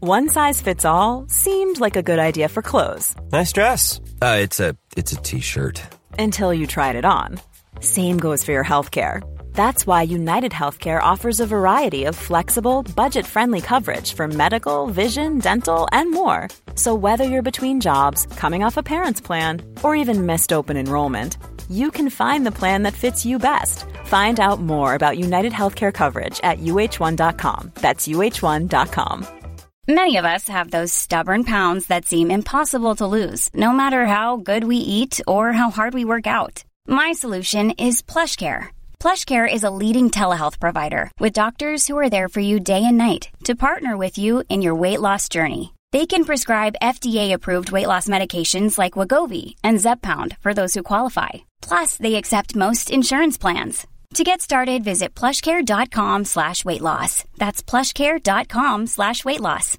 One size fits all seemed like a good idea for clothes. Nice dress. It's a t-shirt. Until you tried it on. Same goes for your healthcare. That's why United Healthcare offers a variety of flexible, budget-friendly coverage for medical, vision, dental, and more. So whether you're between jobs, coming off a parent's plan, or even missed open enrollment, you can find the plan that fits you best. Find out more about United Healthcare coverage at uh1.com. That's uh1.com. Many of us have those stubborn pounds that seem impossible to lose, no matter how good we eat or how hard we work out. My solution is PlushCare. PlushCare is a leading telehealth provider with doctors who are there for you day and night to partner with you in your weight loss journey. They can prescribe FDA-approved weight loss medications like Wegovy and Zepbound for those who qualify. Plus, they accept most insurance plans. To get started, visit plushcare.com/weightloss. That's plushcare.com/weightloss.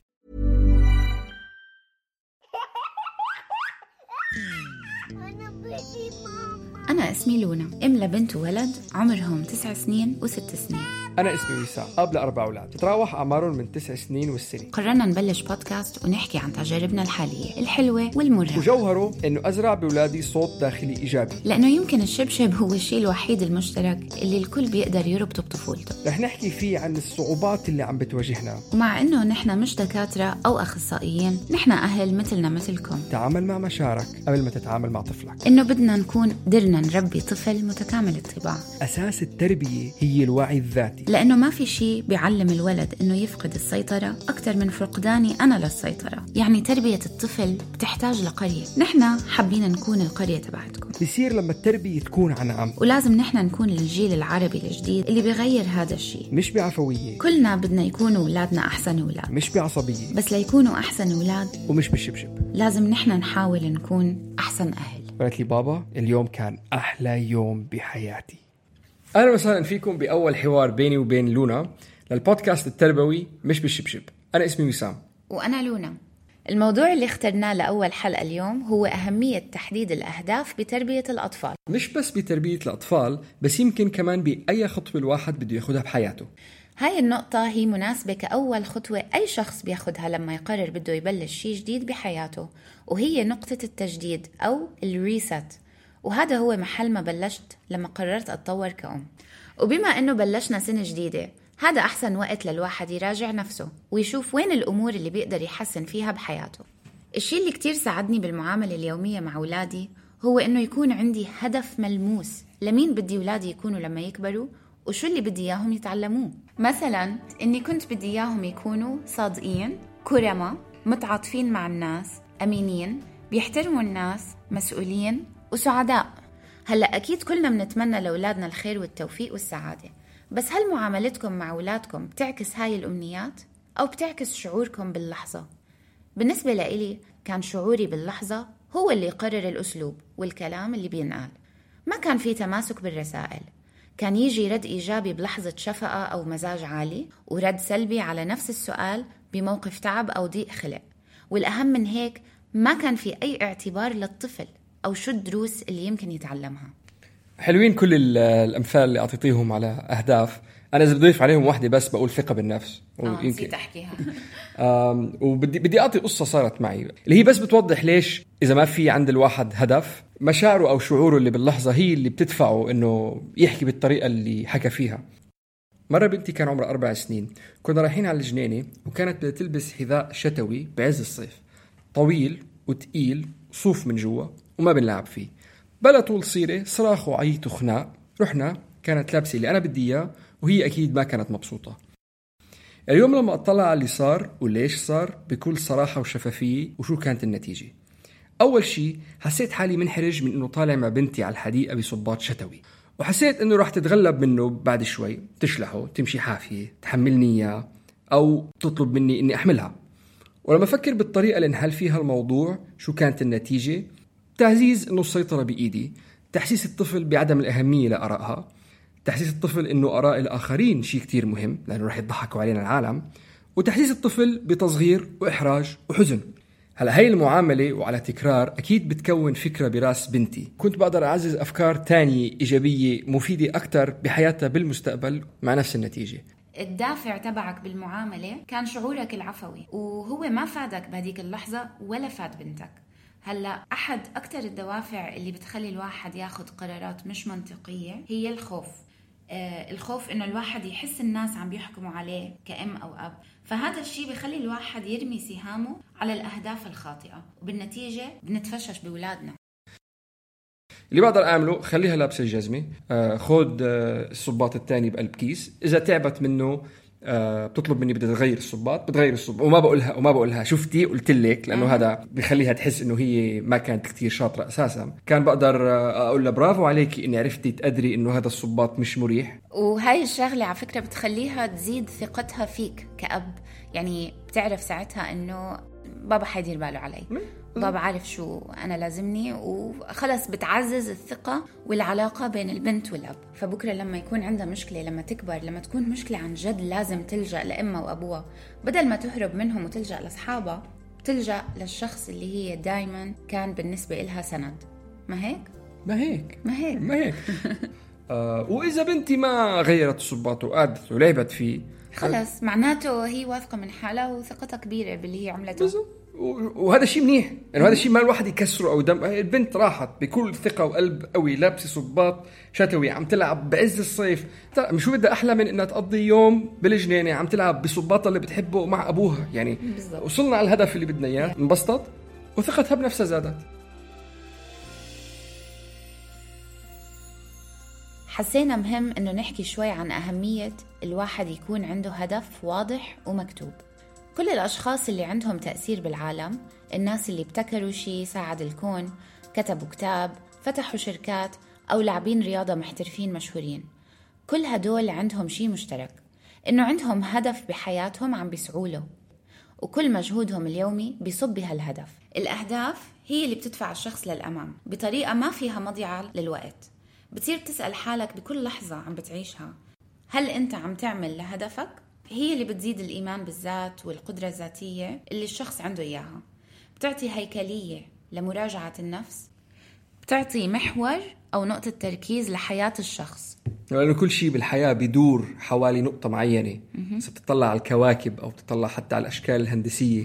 أنا اسمي لونا، أم لبنت وولد عمرهم 9 سنين و6 سنين. أنا اسمي وسام، أب ل4 أولاد تتراوح أعمارهم من 9 سنين والسنة. قررنا نبلش بودكاست ونحكي عن تجاربنا الحالية الحلوة والمرهقة، وجوهره إنه أزرع بأولادي صوت داخلي إيجابي، لأنه يمكن الشبشب هو الشيء الوحيد المشترك اللي الكل بيقدر يربطه بطفولته. رح نحكي فيه عن الصعوبات اللي عم بتواجهنا، ومع إنه نحن مش دكاترة أو أخصائيين، نحن أهل مثلنا مثلكم. تعامل مع مشاعرك قبل ما تتعامل مع طفلك. إنه بدنا نكون قدرنا نربي طفل متكامل الطباع. أساس التربية هي الوعي الذاتي، لأنه ما في شيء بيعلم الولد إنه يفقد السيطرة أكتر من فقداني أنا للسيطرة. يعني تربية الطفل بتحتاج لقرية، نحن حابين نكون القرية تبعتكم. بيصير لما التربية تكون عن عم، ولازم نحن نكون الجيل العربي الجديد اللي بيغير هذا الشيء. مش بعفوية، كلنا بدنا يكونوا أولادنا أحسن أولاد، مش بعصبية، بس ليكونوا أحسن أولاد ومش بالشبشب. لازم نحن نحاول نكون أحسن أهل. قالت لي بابا اليوم كان أحلى يوم بحياتي. أهلا وسهلا فيكم بأول حوار بيني وبين لونا للبودكاست التربوي مش بالشبشب. أنا اسمي وسام وأنا لونا. الموضوع اللي اخترناه لأول حلقة اليوم هو أهمية تحديد الأهداف بتربية الأطفال. مش بس بتربية الأطفال، بس يمكن كمان بأي خطوة الواحد بده ياخدها بحياته. هاي النقطة هي مناسبة كأول خطوة أي شخص بياخدها لما يقرر بده يبلش شيء جديد بحياته، وهي نقطة التجديد أو الريست. وهذا هو محل ما بلشت لما قررت أتطور كأم. وبما أنه بلشنا سنة جديدة، هذا أحسن وقت للواحد يراجع نفسه ويشوف وين الأمور اللي بيقدر يحسن فيها بحياته. الشيء اللي كتير ساعدني بالمعاملة اليومية مع أولادي هو أنه يكون عندي هدف ملموس لمين بدي أولادي يكونوا لما يكبروا وشو اللي بدي إياهم يتعلموه. مثلا إني كنت بدي إياهم يكونوا صادقين، كرماء، متعاطفين مع الناس، أمينين، بيحترموا الناس، مسؤولين وسعداء. هلأ أكيد كلنا بنتمنى لأولادنا الخير والتوفيق والسعادة، بس هل معاملتكم مع أولادكم بتعكس هاي الأمنيات أو بتعكس شعوركم باللحظة؟ بالنسبة لإلي كان شعوري باللحظة هو اللي يقرر الأسلوب والكلام اللي بينقال. ما كان في تماسك بالرسائل، كان يجي رد إيجابي بلحظة شفقة أو مزاج عالي، ورد سلبي على نفس السؤال بموقف تعب أو ضيق خلق. والأهم من هيك ما كان في أي اعتبار للطفل أو شو الدروس اللي يمكن يتعلمها. حلوين كل الأمثال اللي أعطيتيهم على أهداف. أنا إذا بضيف عليهم واحدة بس بقول ثقة بالنفس. نسيت أحكيها. وبدي أعطي قصة صارت معي اللي هي بس بتوضح ليش إذا ما في عند الواحد هدف، مشاعره أو شعوره اللي باللحظة هي اللي بتدفعه إنه يحكي بالطريقة اللي حكى فيها. مرة بنتي كان عمرها 4 سنين، كنا رايحين على الجنينة وكانت تلبس حذاء شتوي بعز الصيف طويل وتقيل صوف من جوا وما بنلعب فيه. بلا طول صيرة صراخ وعيط وخناق. رحنا، كانت لابسة اللي أنا بدي إياه وهي أكيد ما كانت مبسوطة. اليوم لما أطلع على اللي صار وليش صار بكل صراحة وشفافية وشو كانت النتيجة، أول شيء حسيت حالي منحرج من إنه طالع مع بنتي على الحديقة بصباط شتوي، وحسيت إنه راح تتغلب منه بعد شوي، تشلحه، تمشي حافية، تحملني إياه أو تطلب مني إني أحملها. ولما أفكر بالطريقة اللي انحل فيها الموضوع، شو كانت النتيجة؟ تعزيز إنه السيطرة بإيدي، تحسيس الطفل بعدم الأهمية لآرائها، تحسيس الطفل إنه آراء الآخرين شيء كتير مهم لأنه رح يضحكوا علينا العالم، وتحسيس الطفل بتصغير وإحراج وحزن. هلأ هاي المعاملة وعلى تكرار أكيد بتكون فكرة براس بنتي. كنت بقدر أعزز أفكار تانية إيجابية مفيدة أكتر بحياتها بالمستقبل مع نفس النتيجة. الدافع تبعك بالمعاملة كان شعورك العفوي، وهو ما فادك بهديك اللحظة ولا فاد بنتك. هلأ أحد أكتر الدوافع اللي بتخلي الواحد ياخد قرارات مش منطقية هي الخوف. الخوف إنه الواحد يحس الناس عم بيحكموا عليه كأم أو أب، فهذا الشيء بيخلي الواحد يرمي سهامه على الأهداف الخاطئة، وبالنتيجة بنتفشش بولادنا. اللي بقدر أعمله خليها لابسة الجزمة، خود الصباط التاني بقلب كيس، إذا تعبت منه بتطلب مني بدها تغير الصباط، بتغير الصباط، وما بقولها شفتي قلت لك، لأنه هذا بيخليها تحس إنه هي ما كانت كتير شاطرة أساسا. كان بقدر أقول لها برافو عليكي إني عرفتي تقدري إنه هذا الصباط مش مريح. وهاي الشغلة على فكرة بتخليها تزيد ثقتها فيك كأب، يعني بتعرف ساعتها إنه بابا حيدير باله علي، بابا عارف شو أنا لازمني، وخلص بتعزز الثقة والعلاقة بين البنت والأب. فبكرة لما يكون عندها مشكلة، لما تكبر، لما تكون مشكلة عن جد لازم تلجأ لأمها وأبوها، بدل ما تهرب منهم وتلجأ لأصحابها، تلجأ للشخص اللي هي دايما كان بالنسبة إلها سند. ما هيك وإذا بنتي ما غيرت الصباط وقعدت ولعبت فيه، خلص معناته هي واثقة من حالها وثقتها كبيرة باللي هي عملته. وهذا شيء منيح، يعني هذا شيء ما الواحد يكسره أو دم. البنت راحت بكل ثقة وقلب قوي، لابسة صباط شتوي، عم تلعب بعز الصيف. شو بدها أحلى من إنها تقضي يوم بالجنينة عم تلعب بصباطها اللي بتحبه مع أبوها؟ يعني بالزبط. وصلنا على الهدف اللي بدنا إياه، انبسطت وثقتها بنفسها زادت. حسينا مهم إنه نحكي شوي عن أهمية الواحد يكون عنده هدف واضح ومكتوب. كل الأشخاص اللي عندهم تأثير بالعالم، الناس اللي ابتكروا شيء ساعد الكون، كتبوا كتاب، فتحوا شركات، أو لاعبين رياضة محترفين مشهورين، كل هدول عندهم شيء مشترك، إنه عندهم هدف بحياتهم عم بيسعوا له، وكل مجهودهم اليومي بيصب بهالهدف. الأهداف هي اللي بتدفع الشخص للأمام بطريقة ما فيها مضيعة للوقت. بتصير تسأل حالك بكل لحظة عم بتعيشها، هل أنت عم تعمل لهدفك؟ هي اللي بتزيد الإيمان بالذات والقدرة الذاتية اللي الشخص عنده إياها. بتعطي هيكلية لمراجعة النفس، بتعطي محور أو نقطة تركيز لحياة الشخص، لأنه كل شيء بالحياة بيدور حوالي نقطة معينة. إذا بتطلع على الكواكب أو بتطلع حتى على الأشكال الهندسية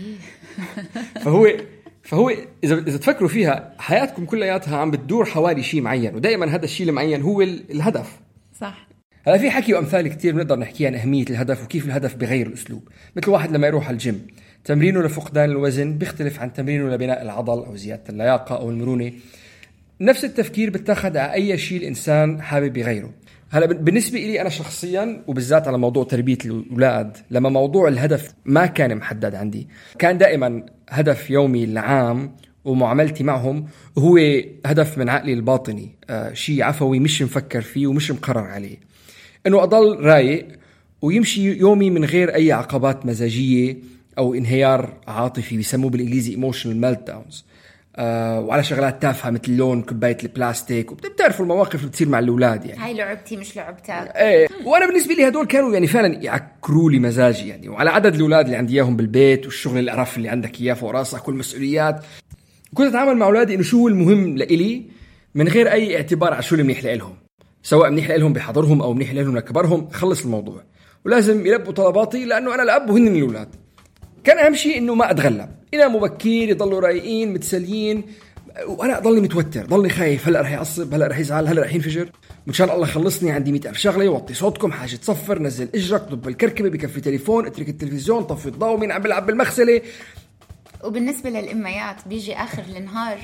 فهو إذا تفكروا فيها، حياتكم كلياتها عم بتدور حوالي شيء معين، ودائما هذا الشيء المعين هو الهدف. صح. هلا في حكي وأمثال كتير بنقدر نحكي عن أهمية الهدف وكيف الهدف بغير الأسلوب. مثل واحد لما يروح الجيم، تمرينه لفقدان الوزن بيختلف عن تمرينه لبناء العضل أو زيادة اللياقة أو المرونة. نفس التفكير بتاخد على أي شيء الإنسان حابب يغيره. هلا بالنسبة لي أنا شخصيا، وبالذات على موضوع تربية الأولاد، لما موضوع الهدف ما كان محدد عندي، كان دائما هدف يومي العام ومعاملتي معهم هو هدف من عقلي الباطني، شيء عفوي مش مفكر فيه ومش مقرر عليه، إنه أضل رايق ويمشي يومي من غير أي عقبات مزاجية أو انهيار عاطفي، بيسموه بالإنجليزي emotional meltdowns، وعلى شغلات تافهة مثل لون كوباية البلاستيك، وبتعرفوا المواقف اللي بتصير مع الأولاد. يعني هاي لعبتي مش لعبتك. ايه، وأنا بالنسبة لي هدول كانوا يعني فعلا يعكروا لي مزاجي، يعني وعلى عدد الأولاد اللي عندي إياهم بالبيت والشغل القرف اللي عندك إياه فوق راسك والمسؤوليات، كنت أتعامل مع أولادي إنه شو المهم لإلي من غير أي اعتبار على شو اللي منيح لإلهم، سواء منيح لهم بحضرهم أو منيح لهم لكبرهم. خلص الموضوع ولازم يلبوا طلباتي لأنه أنا الأب وهن الأولاد. كان أهم شيء إنه ما أتغلب، إنا مبكر يضلوا رايقين متسليين، وأنا أضلني متوتر، ضلني خايف، هلأ رح يعصب، هلأ رح يزعل، هلأ رح ينفجر، مشان الله خلصني عندي 100,000 شغلة، وطي صوتكم، حاجة تصفر، نزل إجرك، ضب الكركبة، بكفي تليفون، اترك التلفزيون، طفي الضوء، مين عم بلعب بالمغسلة. وبالنسبة للأميات بيجي آخر النهار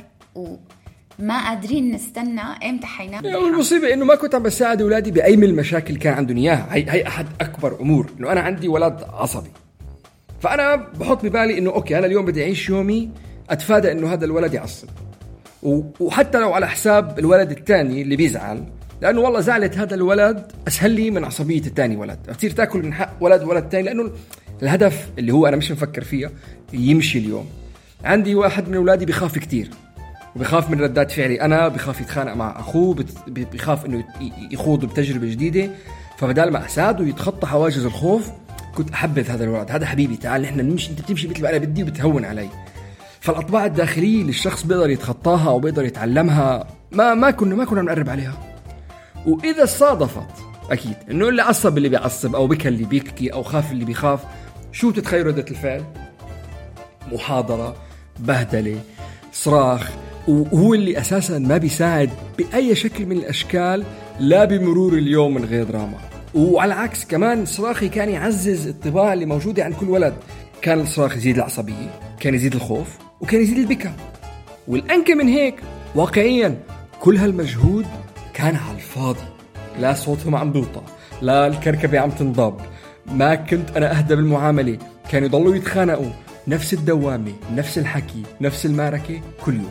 ما قادرين نستنى امتى حينام. والمصيبة إنه ما كنت عم بساعد أولادي بأي من المشاكل كان عندهم إياها. هي أحد أكبر أمور، إنه أنا عندي ولد عصبي، فأنا بحط ببالي إنه أوكي أنا اليوم بدي أعيش يومي أتفادى إنه هذا الولد يعصب، وحتى لو على حساب الولد الثاني اللي بيزعل، لأنه والله زعلت هذا الولد أسهل لي من عصبية الثاني ولد، تصير تأكل من حق ولد ثاني، لأنه الهدف اللي هو أنا مش مفكر فيها يمشي اليوم. عندي واحد من أولادي بيخاف كتير، وبيخاف من ردات فعلي أنا، بيخاف يتخانق مع أخوه، بيخاف إنه يخوض بتجربة جديدة، فبدال ما أساعده يتخطى حواجز الخوف كنت أحبذ هذا الولد، هذا حبيبي تعال نحن نمشي، أنت بتمشي مثل ما أنا بدي وبتهون علي. فالأطباع الداخلية اللي الشخص بيقدر يتخطاها أو بيقدر يتعلمها ما كنا نقرب عليها. وإذا صادفت أكيد إنه اللي عصب اللي بيعصب، أو بكى اللي بيكي، أو خاف اللي بيخاف. شو بتتخيل ردة الفعل؟ محاضرة، بهدلة، صراخ، وهو اللي أساساً ما بيساعد بأي شكل من الأشكال، لا بمرور اليوم من غير دراما. وعلى العكس كمان صراخي كان يعزز الطباع اللي موجودة عند كل ولد. كان الصراخ يزيد العصبية، كان يزيد الخوف، وكان يزيد البكاء. والأنكى من هيك واقعياً كل هالمجهود كان على الفاضي. لا صوتهم عم بيوطى، لا الكركبة عم تنضب، ما كنت أنا أهدى بالمعاملة. كانوا يضلوا يتخانقوا، نفس الدوامة، نفس الحكي، نفس المعركة كل يوم.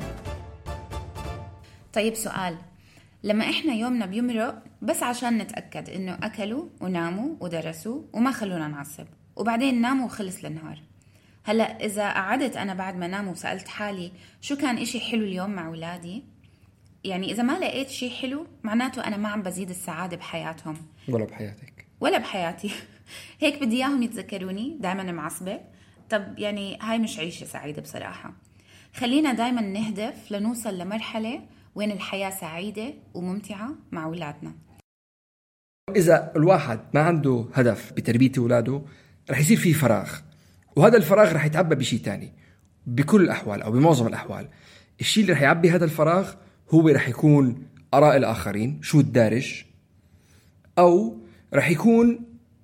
طيب سؤال، لما إحنا يومنا بيمرق بس عشان نتأكد إنه أكلوا وناموا ودرسوا وما خلونا نعصب، وبعدين ناموا وخلص النهار، هلأ إذا قعدت أنا بعد ما ناموا وسألت حالي شو كان إشي حلو اليوم مع أولادي، يعني إذا ما لقيت شي حلو معناته أنا ما عم بزيد السعادة بحياتهم ولا بحياتك ولا بحياتي. هيك بدي إياهم يتذكروني دايما معصبة. طب يعني هاي مش عيشة سعيدة بصراحة. خلينا دايما نهدف لنوصل لمرحلة وين الحياة سعيدة وممتعة مع أولادنا. إذا الواحد ما عنده هدف بتربية أولاده رح يصير فيه فراغ، وهذا الفراغ رح يتعبى بشيء تاني بكل الأحوال أو بمعظم الأحوال. الشيء اللي رح يعبي هذا الفراغ هو رح يكون آراء الآخرين، شو الدارج، أو رح يكون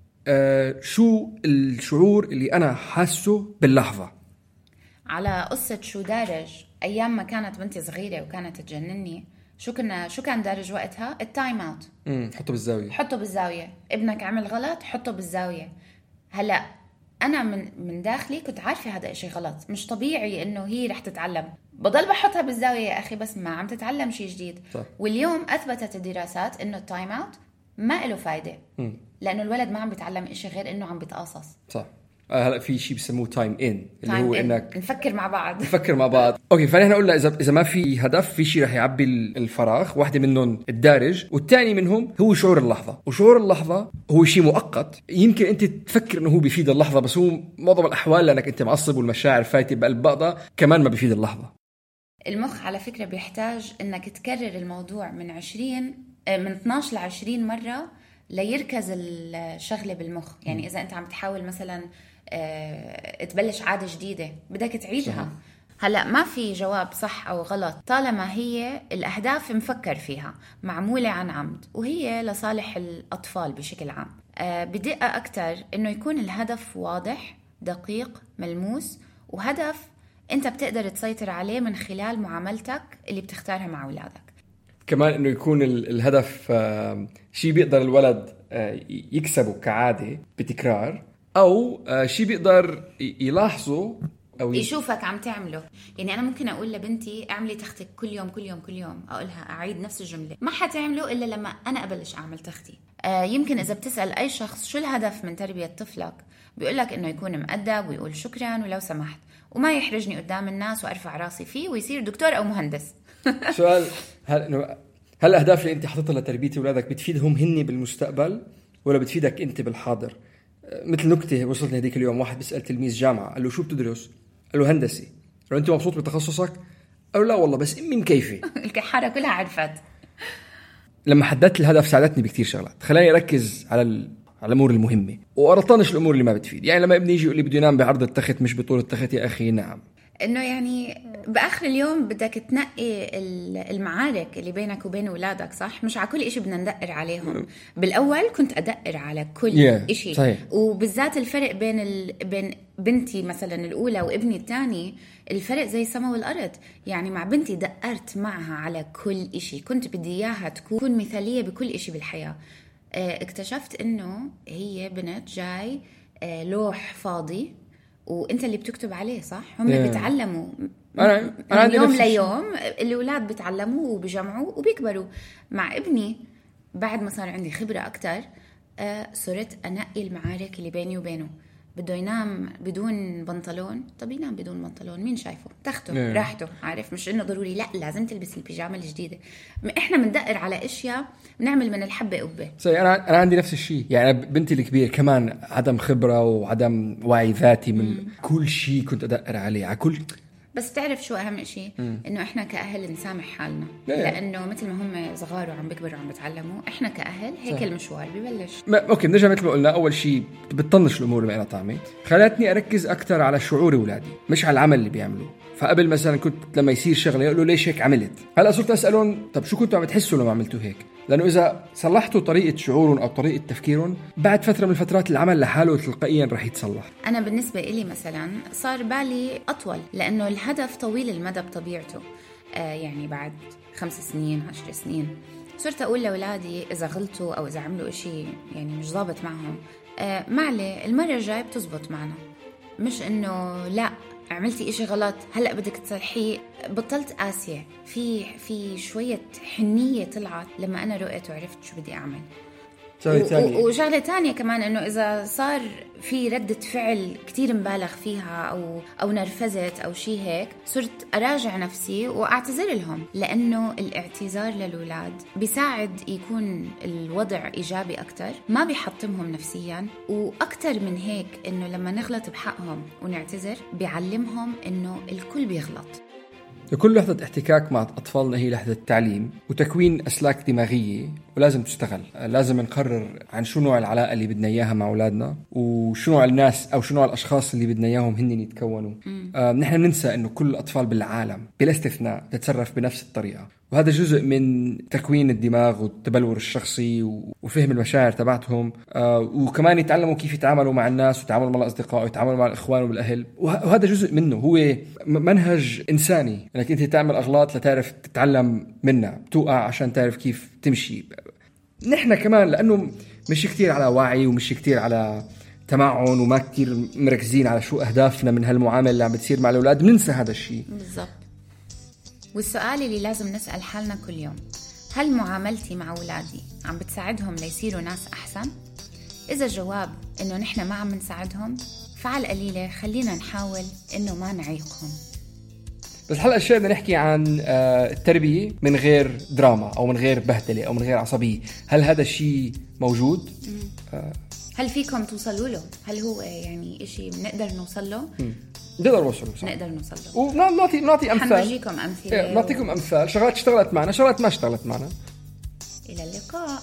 شو الشعور اللي أنا حاسه باللحظة. على قصة شو دارج، أيام ما كانت بنتي صغيرة وكانت تجنني، شو كان دارج وقتها؟ التايم اوت. حطه بالزاوية. ابنك عمل غلط، حطه بالزاوية. هلأ أنا من داخلي كنت عارفة هذا إشي غلط، مش طبيعي إنه هي رح تتعلم. بضل بحطها بالزاوية يا أخي، بس ما عم تتعلم شيء جديد. صح. واليوم أثبتت الدراسات إنه التايم اوت ما له فايدة، لأنه الولد ما عم بيتعلم إشي غير إنه عم بيتقاصص. صح. هلا في شيء بسموه تايم ان، اللي هو انك نفكر مع بعض. اوكي، فنحن قلنا اذا ما في هدف، في شيء رح يعبي الفراغ. واحده منهم الدارج، والثاني منهم هو شعور اللحظه. وشعور اللحظه هو شيء مؤقت، يمكن انت تفكر انه هو بيفيد اللحظه، بس هو معظم الاحوال لانك انت معصب والمشاعر فايته بقلب بعضها كمان ما بيفيد اللحظه. المخ على فكره بيحتاج انك تكرر الموضوع من 12 ل 20 مره ليركز الشغله بالمخ. يعني اذا انت عم تحاول مثلا تبلش عادة جديدة بدك تعيدها. هلأ ما في جواب صح أو غلط طالما هي الأهداف مفكر فيها، معمولة عن عمد، وهي لصالح الأطفال بشكل عام. بدقة أكتر إنه يكون الهدف واضح، دقيق، ملموس، وهدف أنت بتقدر تسيطر عليه من خلال معاملتك اللي بتختارها مع أولادك. كمان إنه يكون الهدف شيء بيقدر الولد يكسبه كعادة بتكرار، أو شيء بيقدر يلاحظه أو يشوفك عم تعمله. يعني أنا ممكن أقول لبنتي اعملي تختك كل يوم كل يوم كل يوم، أقولها أعيد نفس الجملة، ما حتعمله إلا لما أنا أبلش أعمل تختي. يمكن إذا بتسأل أي شخص شو الهدف من تربية طفلك، بيقولك إنه يكون مؤدب ويقول شكرا ولو سمحت، وما يحرجني قدام الناس وأرفع راسي فيه ويصير دكتور أو مهندس. سؤال، هل الأهداف اللي أنت حاططها لتربية أولادك بتفيدهم هني بالمستقبل ولا بتفيدك أنت بالحاضر؟ مثل نكتة وصلتني هذيك اليوم، واحد بيسأل تلميذ جامعة قال له شو بتدرس؟ قال له هندسي. قال له أنت مبسوط بتخصصك؟ قال له لا والله بس أمي مكيفة. الكحارة كلها عرفت. لما حددت الهدف ساعدتني بكتير شغلات، خلاني أركز على الأمور المهمة وأرطنش الأمور اللي ما بتفيد. يعني لما ابني يجي يقول لي بده ينام بعرض التخت مش بطول التخت، يا أخي نعم، إنه يعني بآخر اليوم بدك تنقي المعارك اللي بينك وبين أولادك، صح؟ مش على كل إشي بدنا ندقر عليهم. بالأول كنت أدقر على كل إشي، صحيح. وبالذات الفرق بين بنتي مثلا الأولى وابني الثاني، الفرق زي السما والأرض. يعني مع بنتي دقرت معها على كل إشي، كنت بدي إياها تكون مثالية بكل إشي بالحياة. اكتشفت إنه هي بنت جاي لوح فاضي وانت اللي بتكتب عليه، صح؟ هم بيتعلموا من يوم ليوم. الأولاد بيتعلموا وبيجمعوا وبيكبروا. مع ابني بعد ما صار عندي خبرة أكتر صرت أنقي المعارك اللي بيني وبينه. بده ينام بدون بنطلون، طب ينام بدون بنطلون، مين شايفه؟ تخته راحته، عارف؟ مش إنه ضروري لا لازم تلبس البيجامة الجديدة. إحنا بندقر على أشياء بنعمل من الحبة قبة. أنا عندي نفس الشيء. يعني بنتي الكبير كمان عدم خبرة وعدم وعي ذاتي من كل شيء كنت أدقر عليه، على كل بس تعرف شو أهم إشي؟ إنه إحنا كأهل نسامح حالنا، لأنه مثل ما هم صغار وعم بيكبروا وعم بتعلموا، إحنا كأهل هيك صح. المشوار ببلش. أوكي، بنرجع مثل ما قلنا، أول شيء بتطنش الأمور اللي أنا طعمي، خلتني أركز أكتر على شعور أولادي مش على العمل اللي بيعملوه. فقبل مثلا كنت لما يصير شغله يقولوا ليش هيك عملت، هلا صرت أسألهم طب شو كنتوا عم تحسوا لما عملتوا هيك، لأنه إذا صلحتوا طريقة شعورهم أو طريقة تفكيرهم بعد فترة من الفترات العمل لحاله تلقائيا رح يتصلح. أنا بالنسبة إلي مثلا صار بالي أطول، لأنه الهدف طويل المدى بطبيعته. يعني بعد 5 سنين 10 سنين صرت أقول لأولادي إذا غلطوا أو إذا عملوا إشي يعني مش ضابط معهم، معلي المرة الجاية بتزبط معنا، مش إنه لا عملتي إشي غلط هلأ بدك تصلحيه. بطلت قاسية، في شوية حنية طلعت لما أنا رؤيت وعرفت شو بدي أعمل. وشغلة تانية كمان إنه إذا صار في ردة فعل كتير مبالغ فيها أو نرفزت أو شي هيك، صرت أراجع نفسي وأعتذر لهم، لأنه الاعتذار للولاد بيساعد يكون الوضع إيجابي أكتر، ما بيحطمهم نفسيا. وأكتر من هيك إنه لما نغلط بحقهم ونعتذر بيعلمهم إنه الكل بيغلط. كل لحظة احتكاك مع أطفالنا هي لحظة تعليم وتكوين أسلاك دماغية، ولازم تشتغل. لازم نقرر عن شو نوع العلاقة اللي بدنا إياها مع أولادنا، وشو نوع الناس أو شو نوع الأشخاص اللي بدنا إياهم هن يتكونوا. نحن ننسى إنه كل الأطفال بالعالم بلا استثناء تتصرف بنفس الطريقة، وهذا جزء من تكوين الدماغ والتبلور الشخصي وفهم المشاعر تبعتهم، وكمان يتعلموا كيف يتعاملوا مع الناس ويتعاملوا مع الأصدقاء ويتعاملوا مع الإخوان والأهل. وهذا جزء منه، هو منهج إنساني إنك أنت تعمل أغلاط لتعرف تتعلم منها، توقع عشان تعرف كيف تمشي. نحن كمان لأنه مش كتير على وعي ومش كتير على تمعن وما كتير مركزين على شو أهدافنا من هالمعاملة اللي عم بتصير مع الأولاد، بننسى هذا الشيء بالضبط. والسؤال اللي لازم نسأل حالنا كل يوم، هل معاملتي مع أولادي عم بتساعدهم ليصيروا ناس أحسن؟ إذا الجواب إنه نحن ما عم نساعدهم، فعلى القليلة خلينا نحاول إنه ما نعيقهم. بس هلأ الشيء بدنا نحكي عن التربية من غير دراما أو من غير بهدلة أو من غير عصبية. هل هذا الشيء موجود؟ هل فيكم توصلوا له؟ هل هو يعني إشي بنقدر نوصل له؟ نقدر نوصله، نقدر نوصل له، ونعطي أمثال. حنجيكم أمثلة، نعطيكم أمثال شغلات اشتغلت معنا، شغلات ما اشتغلت معنا. إلى اللقاء.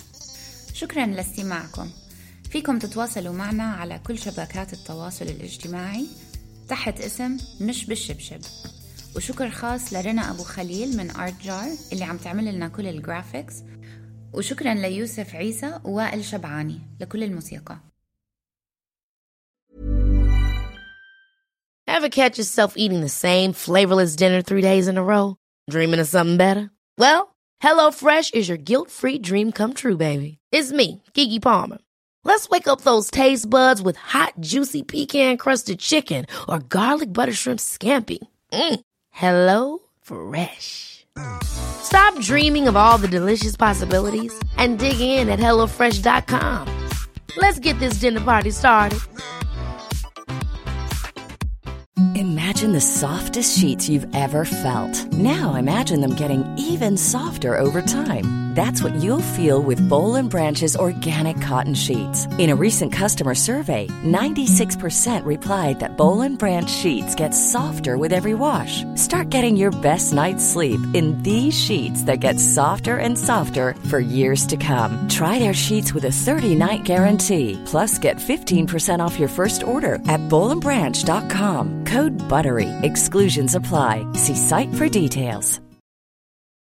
شكرا لاستماعكم. فيكم تتواصلوا معنا على كل شبكات التواصل الاجتماعي تحت اسم مش بالشبشب. وشكر خاص لرنا أبو خليل من آرت جار اللي عم تعمل لنا كل الجرافيكس، وشكرا ليوسف عيسى ووائل شبعاني لكل الموسيقى. Ever catch yourself eating the same flavorless dinner 3 days in a row? Dreaming of something better? Well, HelloFresh is your guilt-free dream come true, baby. It's me, Keke Palmer. Let's wake up those taste buds with hot, juicy pecan-crusted chicken or garlic butter shrimp scampi. Hello Fresh. Stop dreaming of all the delicious possibilities and dig in at HelloFresh.com. Let's get this dinner party started. Imagine the softest sheets you've ever felt. Now imagine them getting even softer over time. That's what you'll feel with Boll & Branch's organic cotton sheets. In a recent customer survey, 96% replied that Boll & Branch sheets get softer with every wash. Start getting your best night's sleep in these sheets that get softer and softer for years to come. Try their sheets with a 30-night guarantee. Plus, get 15% off your first order at bollandbranch.com. Code BUTTERY. Exclusions apply. See site for details.